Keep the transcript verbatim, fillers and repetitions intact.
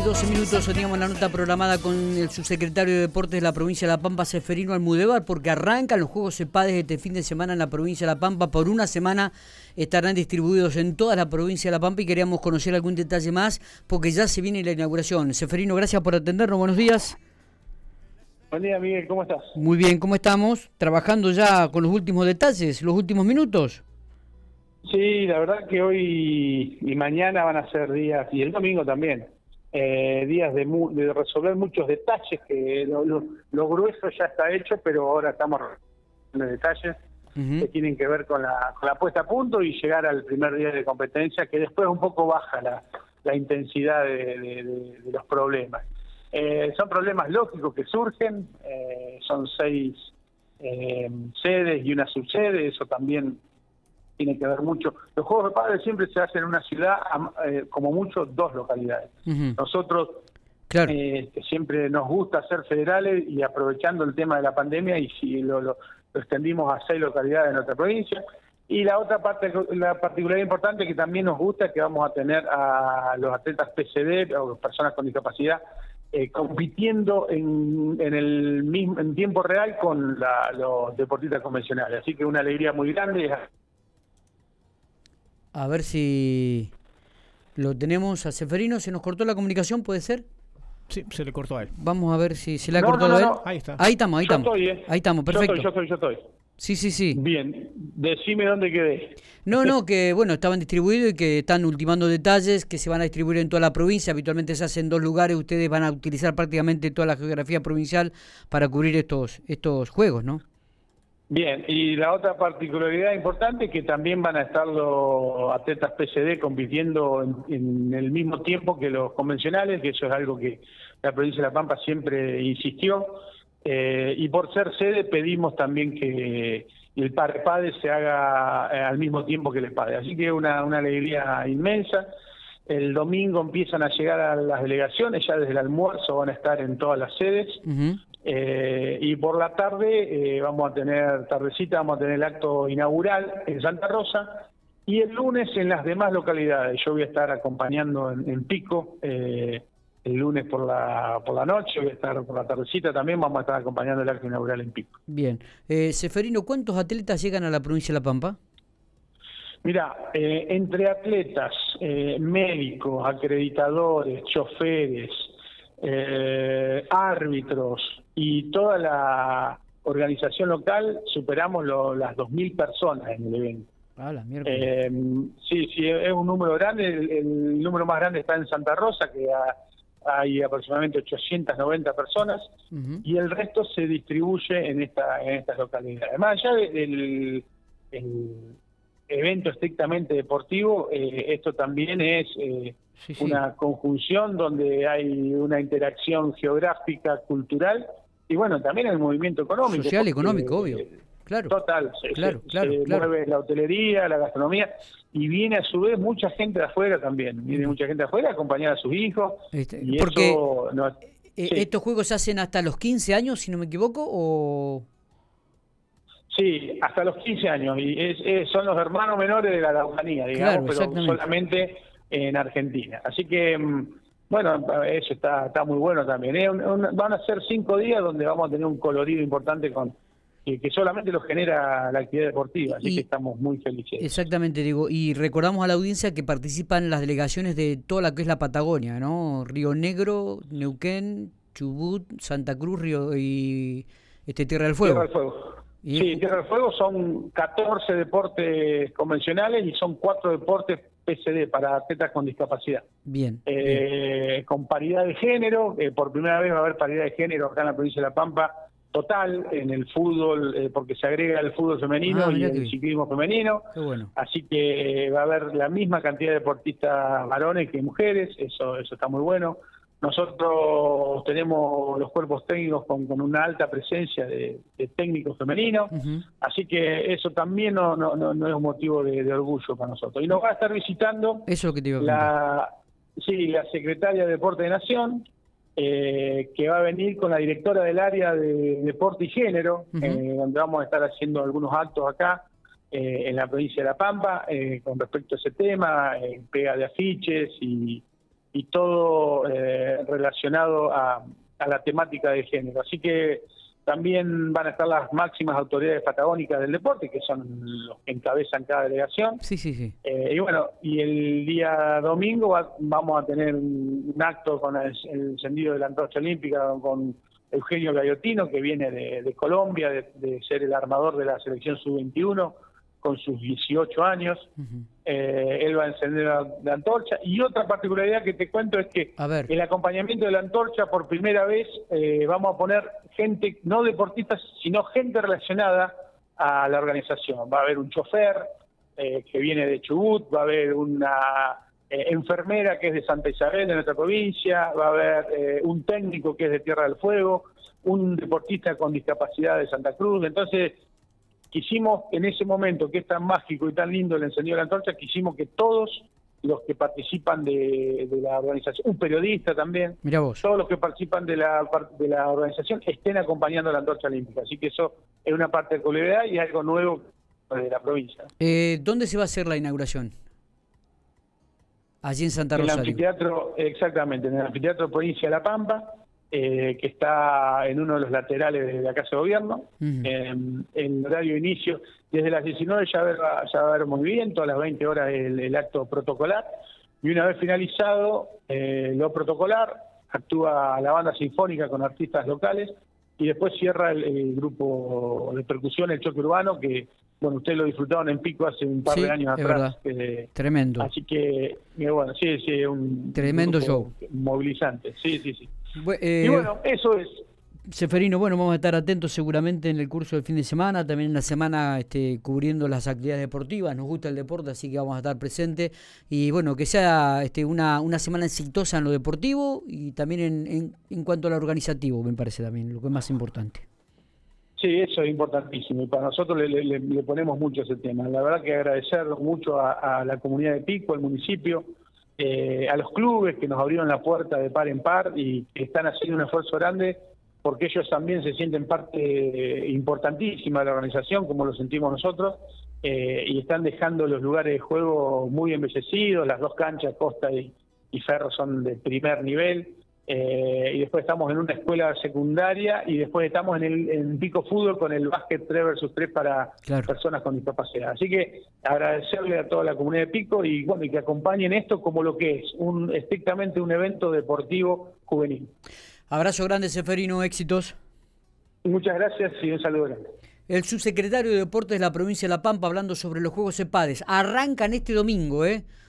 doce minutos teníamos la nota programada con el subsecretario de Deportes de la provincia de La Pampa, Seferino Almudevar, porque arrancan los Juegos CEPADES este fin de semana en la provincia de La Pampa. Por una semana estarán distribuidos en toda la provincia de La Pampa y queríamos conocer algún detalle más porque ya se viene la inauguración. Seferino, gracias por atendernos, buenos días. Buen día, Miguel, ¿cómo estás? Muy bien, ¿cómo estamos? ¿Trabajando ya con los últimos detalles, los últimos minutos? Sí, la verdad que hoy y mañana van a ser días, y el domingo también, eh, días de, mu de resolver muchos detalles, que lo, lo, lo grueso ya está hecho, pero ahora estamos en detalles uh-huh. que tienen que ver con la, con la puesta a punto y llegar al primer día de competencia, que después un poco baja la, la intensidad de, de, de, de los problemas. Eh, son problemas lógicos que surgen, eh, son seis eh, sedes y una subsede, eso también tiene que ver mucho. Los Juegos de Padres siempre se hacen en una ciudad, eh, como mucho, dos localidades. Uh-huh. Nosotros claro. eh, siempre nos gusta ser federales y aprovechando el tema de la pandemia y si lo, lo, lo extendimos a seis localidades en nuestra provincia. Y la otra parte, la particularidad importante que también nos gusta es que vamos a tener a los atletas P C D o personas con discapacidad eh, compitiendo en, en el mismo en tiempo real con la, los deportistas convencionales. Así que una alegría muy grande. A ver si lo tenemos a Seferino. ¿Se nos cortó la comunicación, puede ser? Sí, se le cortó a él. Vamos a ver si se le ha no, cortado no, no, a él. No. Ahí está. Ahí estamos, ahí yo estamos. Estoy, eh. Ahí estamos, perfecto. Yo estoy, yo estoy, yo estoy. Sí, sí, sí. Bien, decime dónde quedé. No, no, que bueno, estaban distribuidos y que están ultimando detalles, que se van a distribuir en toda la provincia. Habitualmente se hace en dos lugares. Ustedes van a utilizar prácticamente toda la geografía provincial para cubrir estos, estos juegos, ¿no? Bien, y la otra particularidad importante es que también van a estar los atletas P C D compitiendo en, en el mismo tiempo que los convencionales, que eso es algo que la provincia de La Pampa siempre insistió, eh, y por ser sede pedimos también que el PARPADE se haga eh, al mismo tiempo que el ESPADE, así que una, una alegría inmensa. El domingo empiezan a llegar a las delegaciones, ya desde el almuerzo van a estar en todas las sedes. Uh-huh. Eh, y por la tarde eh, vamos a tener, tardecita, vamos a tener el acto inaugural en Santa Rosa y el lunes en las demás localidades. Yo voy a estar acompañando en, en Pico eh, el lunes por la por la noche, voy a estar por la tardecita también, vamos a estar acompañando el acto inaugural en Pico. Bien. Eh, Seferino, ¿cuántos atletas llegan a la provincia de La Pampa? Mira, eh, entre atletas, eh, médicos, acreditadores, choferes, eh, árbitros y toda la organización local, superamos lo, las dos mil personas en el evento. Ah, la mierda. Eh, sí, sí, es un número grande. El, el número más grande está en Santa Rosa, que ha, hay aproximadamente ochocientas noventa personas, uh-huh. y el resto se distribuye en esta en estas localidades. Además, ya del el evento estrictamente deportivo, eh, esto también es eh, sí, sí. una conjunción donde hay una interacción geográfica, cultural, y bueno, también el movimiento económico. Social, porque, económico, obvio. Claro. Total, se, claro, se, claro, se claro. mueve la hotelería, la gastronomía, y viene a su vez mucha gente de afuera también. Viene mucha gente de afuera a acompañar a sus hijos. Este, y porque eso, no, eh, sí. ¿Estos juegos se hacen hasta los quince años, si no me equivoco, o...? Sí, hasta los quince años, y es, es, son los hermanos menores de la Araucanía, digamos, claro, pero solamente en Argentina. Así que, bueno, eso está está muy bueno también. ¿eh? Un, un, van a ser cinco días donde vamos a tener un colorido importante con que, que solamente lo genera la actividad deportiva, así y, que estamos muy felices. Exactamente, digo, y recordamos a la audiencia que participan las delegaciones de toda la que es la Patagonia, ¿no? Río Negro, Neuquén, Chubut, Santa Cruz, Río y este Tierra del Fuego. Tierra del Fuego. ¿Y? Sí, Tierra del Fuego son catorce deportes convencionales y son cuatro deportes P C D para atletas con discapacidad. Bien. Eh, bien. Con paridad de género, eh, por primera vez va a haber paridad de género acá en la provincia de La Pampa, total, en el fútbol, eh, porque se agrega el fútbol femenino ah, y el ciclismo femenino. Qué bueno. Así que va a haber la misma cantidad de deportistas varones que mujeres, eso, eso está muy bueno. Nosotros tenemos los cuerpos técnicos con, con una alta presencia de, de técnicos femeninos, uh-huh. así que eso también no, no, no, no es un motivo de, de orgullo para nosotros. Y nos va a estar visitando eso es lo que te iba a la, sí, la secretaria de Deporte de Nación, eh, que va a venir con la directora del área de Deporte y Género, uh-huh. eh, donde vamos a estar haciendo algunos actos acá eh, en la provincia de La Pampa eh, con respecto a ese tema, eh, pega de afiches y y todo eh, relacionado a, a la temática de género. Así que también van a estar las máximas autoridades patagónicas del deporte, que son los que encabezan cada delegación. Sí, sí, sí. Eh, y bueno, y el día domingo va, vamos a tener un, un acto con el, el encendido de la antorcha olímpica con Eugenio Gayotino, que viene de, de Colombia, de, de ser el armador de la selección sub veintiuno, con sus dieciocho años. Uh-huh. eh, él va a encender la, la antorcha. Y otra particularidad que te cuento es que el acompañamiento de la antorcha, por primera vez, eh, vamos a poner gente, no deportistas, sino gente relacionada a la organización. Va a haber un chofer eh, que viene de Chubut, va a haber una eh, enfermera que es de Santa Isabel, de nuestra provincia, va a haber eh, un técnico que es de Tierra del Fuego, un deportista con discapacidad de Santa Cruz. Entonces, quisimos en ese momento, que es tan mágico y tan lindo el encendido de la antorcha, quisimos que todos los que participan de, de la organización, un periodista también, Mirá vos. todos los que participan de la de la organización estén acompañando la antorcha olímpica. Así que eso es una parte de comunidad y algo nuevo de la provincia. Eh, ¿Dónde se va a hacer la inauguración? Allí en Santa Rosario. En el anfiteatro, exactamente, en el anfiteatro Provincia de La Pampa. Eh, que está en uno de los laterales de la Casa de Gobierno. Uh-huh. eh, el horario de inicio, desde las diecinueve ya va, ya va a haber movimiento, a las veinte horas el, el acto protocolar, y una vez finalizado eh, lo protocolar, actúa la banda sinfónica con artistas locales, y después cierra el, el grupo de percusión, el choque urbano, que bueno, ustedes lo disfrutaron en Pico hace un par sí, de años atrás. Eh, Tremendo. Así que, bueno, sí, sí, un tremendo show. Movilizante, sí, sí, sí. Bu- eh, y bueno, eso es. Seferino, bueno, vamos a estar atentos seguramente en el curso del fin de semana, también en la semana este, cubriendo las actividades deportivas, nos gusta el deporte, así que vamos a estar presentes, y bueno, que sea este, una, una semana exitosa en lo deportivo y también en, en, en cuanto a lo organizativo, me parece también, lo que es más importante. Sí, eso es importantísimo, y para nosotros le, le, le ponemos mucho a ese tema. La verdad que agradecer mucho a, a la comunidad de Pico, al municipio, eh, a los clubes que nos abrieron la puerta de par en par y que están haciendo un esfuerzo grande, porque ellos también se sienten parte eh, importantísima de la organización, como lo sentimos nosotros, eh, y están dejando los lugares de juego muy embellecidos. Las dos canchas, Costa y, y Ferro, son de primer nivel, eh, y después estamos en una escuela secundaria, y después estamos en el en Pico Fútbol con el básquet tres versus tres para claro. personas con discapacidad. Así que agradecerle a toda la comunidad de Pico y bueno, y que acompañen esto como lo que es, un estrictamente un evento deportivo juvenil. Abrazo grande, Seferino, éxitos. Muchas gracias y un saludo grande. El subsecretario de Deportes de la provincia de La Pampa hablando sobre los Juegos EPADES. Arrancan este domingo, ¿eh?